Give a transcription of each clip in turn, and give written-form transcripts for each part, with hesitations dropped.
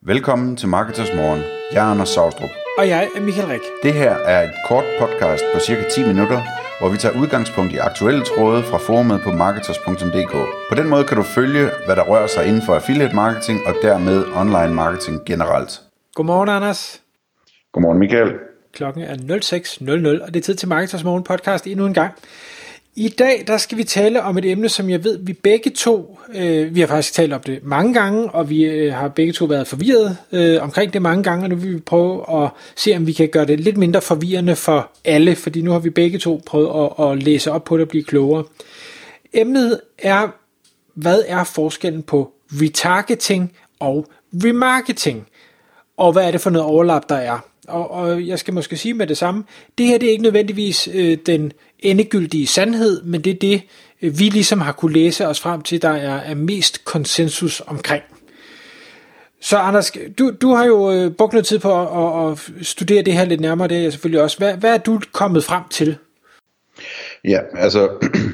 Velkommen til Marketers Morgen. Jeg er Anders Saustrup. Og jeg er Michael Rik. Det her er et kort podcast på cirka 10 minutter, hvor vi tager udgangspunkt i aktuelle tråde fra forumet på marketers.dk. På den måde kan du følge, hvad der rører sig inden for affiliate marketing og dermed online marketing generelt. Godmorgen, Anders. Godmorgen, Michael. Klokken er 06.00, og det er tid til Marketers Morgen podcast endnu en gang. I dag der skal vi tale om et emne, som jeg ved, vi begge to, vi har faktisk talt om det mange gange, og vi har begge to været forvirret omkring det mange gange, og nu vil vi prøve at se, om vi kan gøre det lidt mindre forvirrende for alle, fordi nu har vi begge to prøvet at læse op på det og blive klogere. Emnet er, hvad er forskellen på retargeting og remarketing, og hvad er det for noget overlap, der er? Og jeg skal måske sige med det samme, det her det er ikke nødvendigvis den endegyldige sandhed, men det er det, vi ligesom har kunne læse os frem til, der er mest konsensus omkring. Så Anders, du har jo brugt noget tid på at studere det her lidt nærmere, det er jeg selvfølgelig også. Hvad er du kommet frem til? Ja, altså,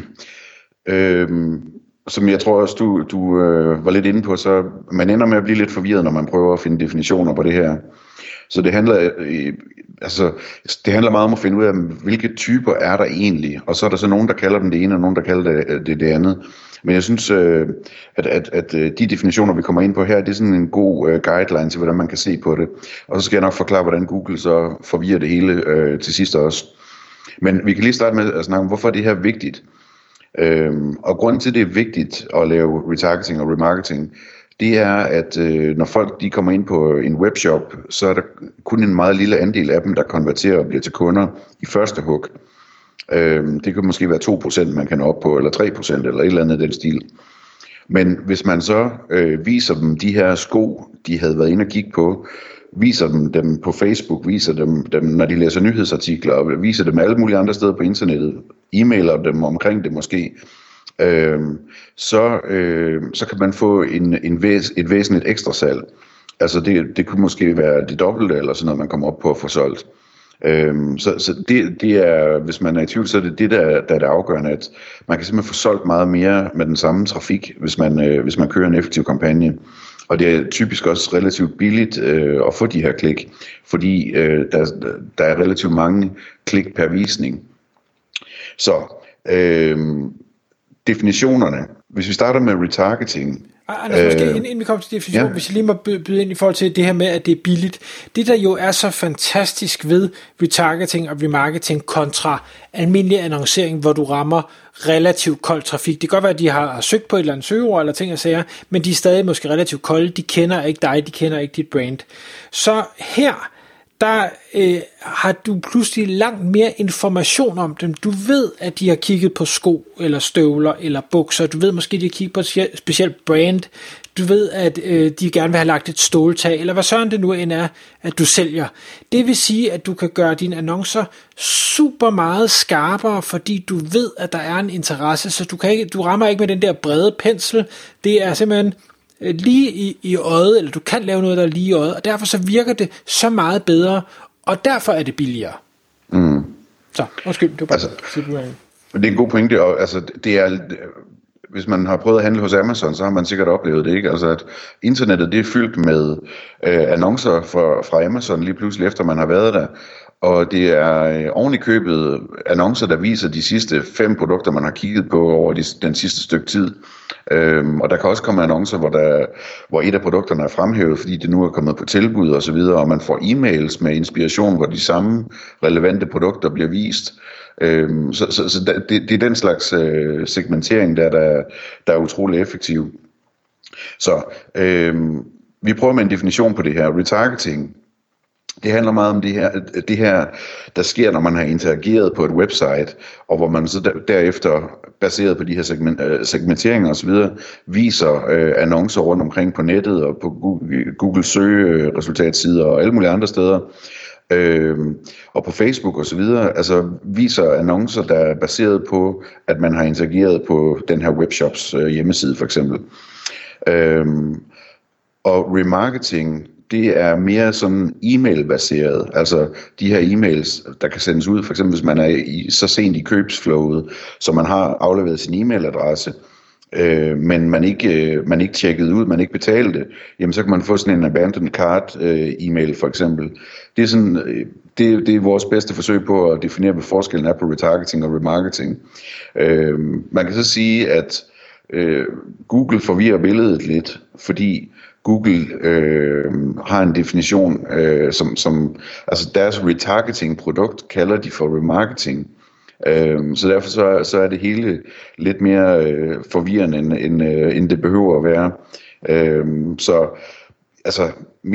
som jeg tror også, du var lidt inde på, så man ender med at blive lidt forvirret, når man prøver at finde definitioner på det her. Så det handler meget om at finde ud af, hvilke typer er der egentlig, og så er der så nogen, der kalder dem det ene, og nogen, der kalder det andet. Men jeg synes, at de definitioner, vi kommer ind på her, det er sådan en god guideline til, hvordan man kan se på det. Og så skal jeg nok forklare, hvordan Google så forvirrer det hele til sidst også. Men vi kan lige starte med at snakke om, hvorfor det her er vigtigt. Og grunden til, det er vigtigt at lave retargeting og remarketing, det er, at når folk de kommer ind på en webshop, så er der kun en meget lille andel af dem, der konverterer og bliver til kunder i første hug. Det kan måske være 2%, man kan nå op på, eller 3%, eller et eller andet den stil. Men hvis man så viser dem de her sko, de havde været inde og kigge på, viser dem på Facebook, viser dem, når de læser nyhedsartikler, og viser dem alle mulige andre steder på internettet, e-mailer dem omkring det måske, så kan man få et væsentligt ekstra salg. Altså det kunne måske være det dobbelte eller sådan noget, man kommer op på at få solgt. Så det er, hvis man er i tvivl, så er det der er det afgørende, at man kan simpelthen få solgt meget mere med den samme trafik, hvis man kører en effektiv kampagne. Og det er typisk også relativt billigt at få de her klik, fordi der er relativt mange klik per visning. Så definitionerne. Hvis vi starter med retargeting. Anders, måske inden vi kommer til definitionen, hvis jeg lige må byde ind i forhold til det her med, at det er billigt. Det, der jo er så fantastisk ved retargeting og remarketing kontra almindelig annoncering, hvor du rammer relativt kold trafik. Det kan godt være, at de har søgt på et eller andet søgeord eller ting og sager, men de er stadig måske relativt kolde. De kender ikke dig, de kender ikke dit brand. Så her der har du pludselig langt mere information om dem. Du ved, at de har kigget på sko, eller støvler, eller bukser. Du ved måske, at de har kigget på et specielt brand. Du ved, at de gerne vil have lagt et ståltag, eller hvad sådan det nu end er, at du sælger. Det vil sige, at du kan gøre dine annoncer super meget skarpere, fordi du ved, at der er en interesse, så du rammer ikke med den der brede pensel. Det er simpelthen lige i øjet, eller du kan lave noget, der er lige i øjet, og derfor så virker det så meget bedre, og derfor er det billigere. Så, undskyld, det var bare det er en god pointe, og altså, det er, hvis man har prøvet at handle hos Amazon, så har man sikkert oplevet det, ikke? Altså, at internettet, det er fyldt med annoncer fra Amazon lige pludselig, efter man har været der, og det er oven i købet annoncer, der viser de sidste 5 produkter, man har kigget på over den sidste stykke tid. Og der kan også komme annoncer, hvor et af produkterne er fremhævet, fordi det nu er kommet på tilbud og så videre, og man får e-mails med inspiration, hvor de samme relevante produkter bliver vist. Så det er den slags segmentering, der er utrolig effektiv. Så vi prøver med en definition på det her. Retargeting. Det handler meget om det her, der sker, når man har interageret på et website, og hvor man så derefter, baseret på de her segmenteringer osv., viser annoncer rundt omkring på nettet og på Google søgeresultatsider og alle mulige andre steder, og på Facebook osv., altså viser annoncer, der er baseret på, at man har interageret på den her webshops hjemmeside for eksempel. Og remarketing, det er mere sådan e-mail-baseret, altså de her e-mails, der kan sendes ud, for eksempel hvis man er så sent i købsflowet, så man har afleveret sin e-mailadresse, men man ikke tjekkede ud, man ikke betalte, jamen så kan man få sådan en abandoned cart e-mail for eksempel. Det er sådan, det er vores bedste forsøg på at definere, hvad forskellen er på retargeting og remarketing. Man kan så sige, at Google forvirrer billedet lidt, fordi Google har en definition, som altså deres retargeting produkt kalder de for remarketing. Så derfor så er det hele lidt mere forvirrende end det behøver at være. Så altså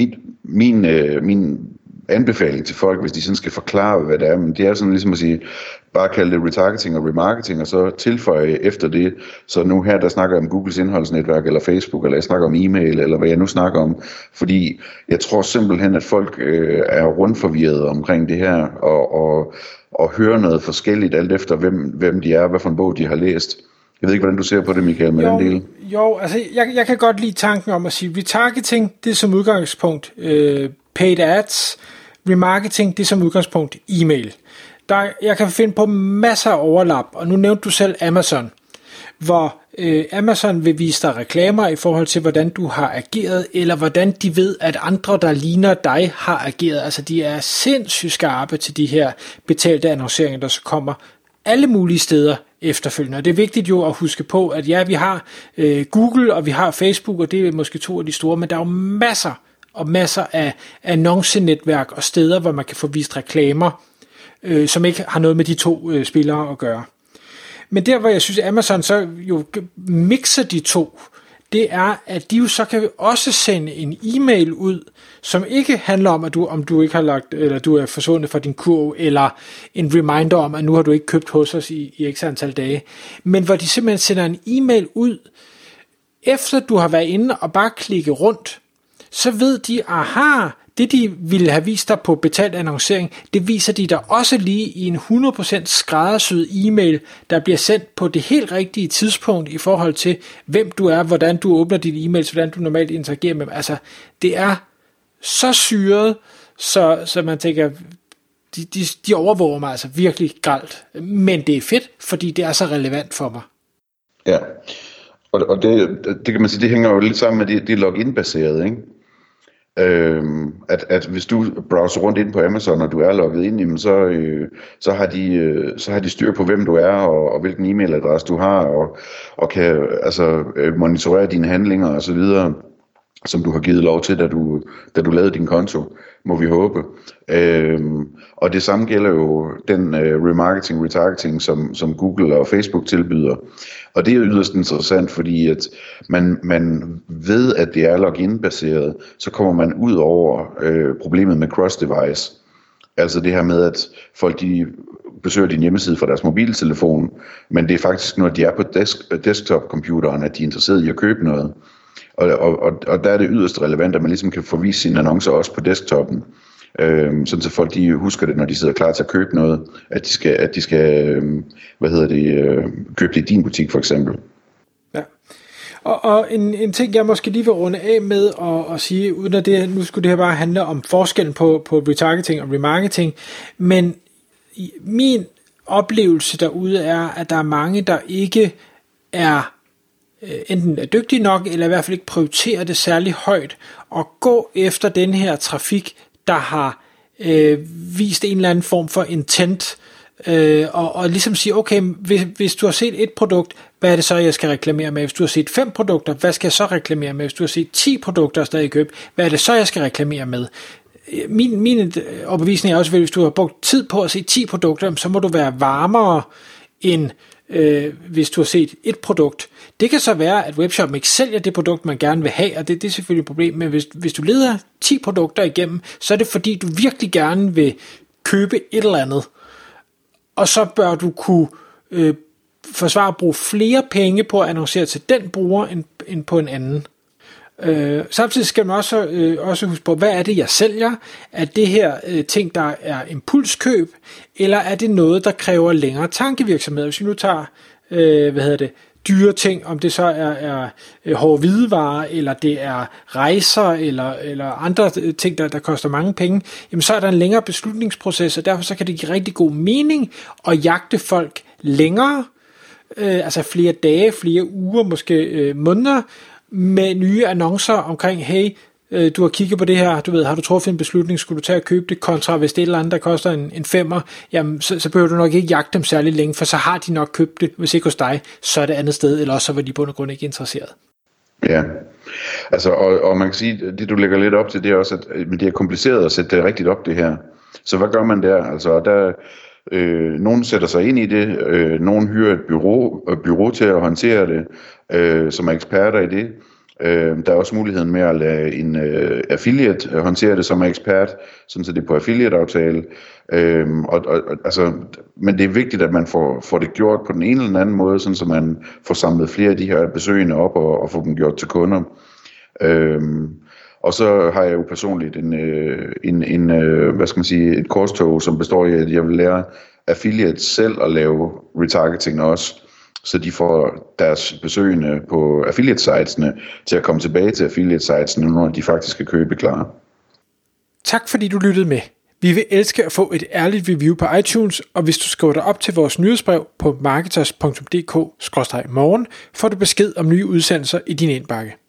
min anbefaling til folk, hvis de sådan skal forklare, hvad det er, men det er sådan ligesom at sige, bare kalde det retargeting og remarketing, og så tilføje efter det, så nu her, der snakker jeg om Googles indholdsnetværk, eller Facebook, eller jeg snakker om e-mail, eller hvad jeg nu snakker om, fordi jeg tror simpelthen, at folk er rundforvirret omkring det her, og hører noget forskelligt, alt efter hvem de er, hvad for en bog de har læst. Jeg ved ikke, hvordan du ser på det, Michael, med den del. Jo, altså jeg kan godt lide tanken om at sige, retargeting, det er som udgangspunkt paid ads, remarketing, det er som udgangspunkt e-mail. Jeg kan finde på masser af overlap, og nu nævnte du selv Amazon, hvor Amazon vil vise dig reklamer i forhold til, hvordan du har ageret, eller hvordan de ved, at andre, der ligner dig, har ageret. Altså, de er sindssygt skarpe til de her betalte annonceringer, der så kommer alle mulige steder efterfølgende. Og det er vigtigt jo at huske på, at ja, vi har Google, og vi har Facebook, og det er måske 2 af de store, men der er jo masser af annoncenetværk og steder, hvor man kan få vist reklamer, som ikke har noget med de 2 spillere at gøre. Men der, hvor jeg synes, Amazon så jo mixer de 2, det er, at de jo så kan også sende en e-mail ud, som ikke handler om, at om du ikke har lagt, eller du er forsvundet fra din kurv, eller en reminder om, at nu har du ikke købt hos os i x antal dage, men hvor de simpelthen sender en e-mail ud, efter du har været inde og bare klikke rundt, så ved de, aha, det de ville have vist dig på betalt annoncering, det viser de dig også lige i en 100% skræddersyet e-mail, der bliver sendt på det helt rigtige tidspunkt i forhold til, hvem du er, hvordan du åbner dine e-mails, hvordan du normalt interagerer med dem. Altså, det er så syret, så man tænker, de overvåger mig altså virkelig grelt. Men det er fedt, fordi det er så relevant for mig. Ja, og det kan man sige, det hænger jo lidt sammen med det login-baseret, ikke? At hvis du browser rundt ind på Amazon, og du er logget ind, jamen så har de styr på, hvem du er, og hvilken e-mailadresse du har, og kan altså monitorere dine handlinger og så videre, som du har givet lov til, da du lavede din konto, må vi håbe. Og det samme gælder jo den retargeting, som Google og Facebook tilbyder. Og det er yderst interessant, fordi at man ved, at det er login-baseret, så kommer man ud over problemet med cross-device. Altså det her med, at folk de besøger din hjemmeside fra deres mobiltelefon, men det er faktisk, når de er på desktop-computeren, at de er interesseret i at købe noget. Og der er det yderst relevant, at man ligesom kan forvise sine annoncer også på desktoppen. Sådan så folk de husker det, når de sidder klar til at købe noget, at de skal købe det i din butik for eksempel. Ja. Og en ting jeg måske lige vil runde af med at sige, uden at det nu skulle det her bare handle om forskellen på retargeting og remarketing, men min oplevelse derude er, at der er mange, der ikke er enten er dygtige nok, eller i hvert fald ikke prioriterer det særlig højt, og gå efter den her trafik, der har vist en eller anden form for intent, og ligesom sige, okay, hvis du har set et produkt, hvad er det så, jeg skal reklamere med? Hvis du har set 5 produkter, hvad skal jeg så reklamere med? Hvis du har set 10 produkter stadig køb, hvad er det så, jeg skal reklamere med? Min overbevisning er også, at hvis du har brugt tid på at se 10 produkter, så må du være varmere end hvis du har set et produkt. Det kan så være, at webshoppen ikke sælger det produkt, man gerne vil have, og det er selvfølgelig et problem, men hvis du leder 10 produkter igennem, så er det fordi, du virkelig gerne vil købe et eller andet, og så bør du kunne forsvare at bruge flere penge på at annoncere til den bruger, end på en anden. Samtidig skal man også huske på, hvad er det, jeg sælger? Er det her ting, der er impulskøb, eller er det noget, der kræver længere tankevirksomhed? Hvis vi nu tager, dyre ting, om det så er hårde hvidevarer, eller det er rejser, eller andre ting, der koster mange penge, jamen så er der en længere beslutningsproces, og derfor så kan det give rigtig god mening at jagte folk længere, altså flere dage, flere uger, måske måneder, med nye annoncer omkring, hey, du har kigget på det her, du ved, har du truffet en beslutning, skulle du tage at købe det, kontra hvis det er et eller andet, der koster en 5'er, jamen så behøver du nok ikke jagte dem særlig længe, for så har de nok købt det, hvis ikke hos dig, så er det andet sted, eller også så var de på en grund ikke interesseret. Ja, altså, og man kan sige, det du lægger lidt op til, det er også, at det er kompliceret at sætte det rigtigt op, det her. Så hvad gør man der? Altså, nogen sætter sig ind i det, nogen hyrer et bureau til at håndtere det, som er eksperter i det. Der er også muligheden med at lade en affiliate håndtere det, som er ekspert, sådan så det er på affiliate-aftale. Altså, men det er vigtigt, at man får det gjort på den ene eller den anden måde, sådan så man får samlet flere af de her besøgende op og får dem gjort til kunder. Og så har jeg jo personligt hvad skal man sige, et korstog, som består i, at jeg vil lære affiliates selv at lave retargeting også, så de får deres besøgende på affiliate-sitesene til at komme tilbage til affiliate-sitesene, når de faktisk er købeklare. Tak fordi du lyttede med. Vi vil elske at få et ærligt review på iTunes, og hvis du skriver dig op til vores nyhedsbrev på marketers.dk/morgen, får du besked om nye udsendelser i din indbakke.